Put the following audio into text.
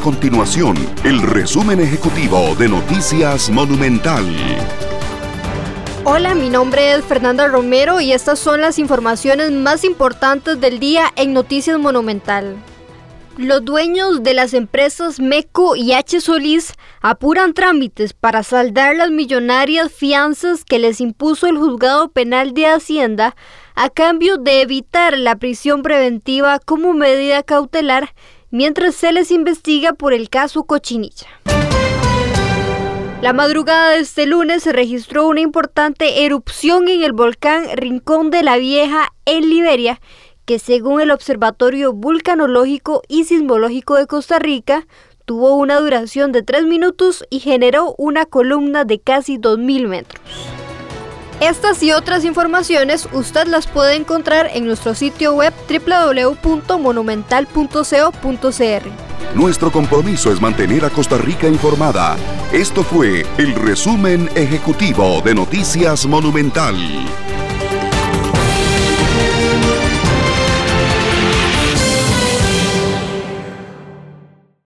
continuación el resumen ejecutivo de Noticias Monumental. Hola, mi nombre es Fernanda Romero y estas son las informaciones más importantes del día en Noticias Monumental. Los dueños de las empresas MECO y H. Solís apuran trámites para saldar las millonarias fianzas que les impuso el Juzgado Penal de Hacienda a cambio de evitar la prisión preventiva como medida cautelar mientras se les investiga por el caso Cochinilla. La madrugada de este lunes se registró una importante erupción en el volcán Rincón de la Vieja en Liberia, que según el Observatorio Vulcanológico y Sismológico de Costa Rica, tuvo una duración de 3 minutos y generó una columna de casi 2.000 metros. Estas y otras informaciones usted las puede encontrar en nuestro sitio web www.monumental.co.cr. Nuestro compromiso es mantener a Costa Rica informada. Esto fue el resumen ejecutivo de Noticias Monumental.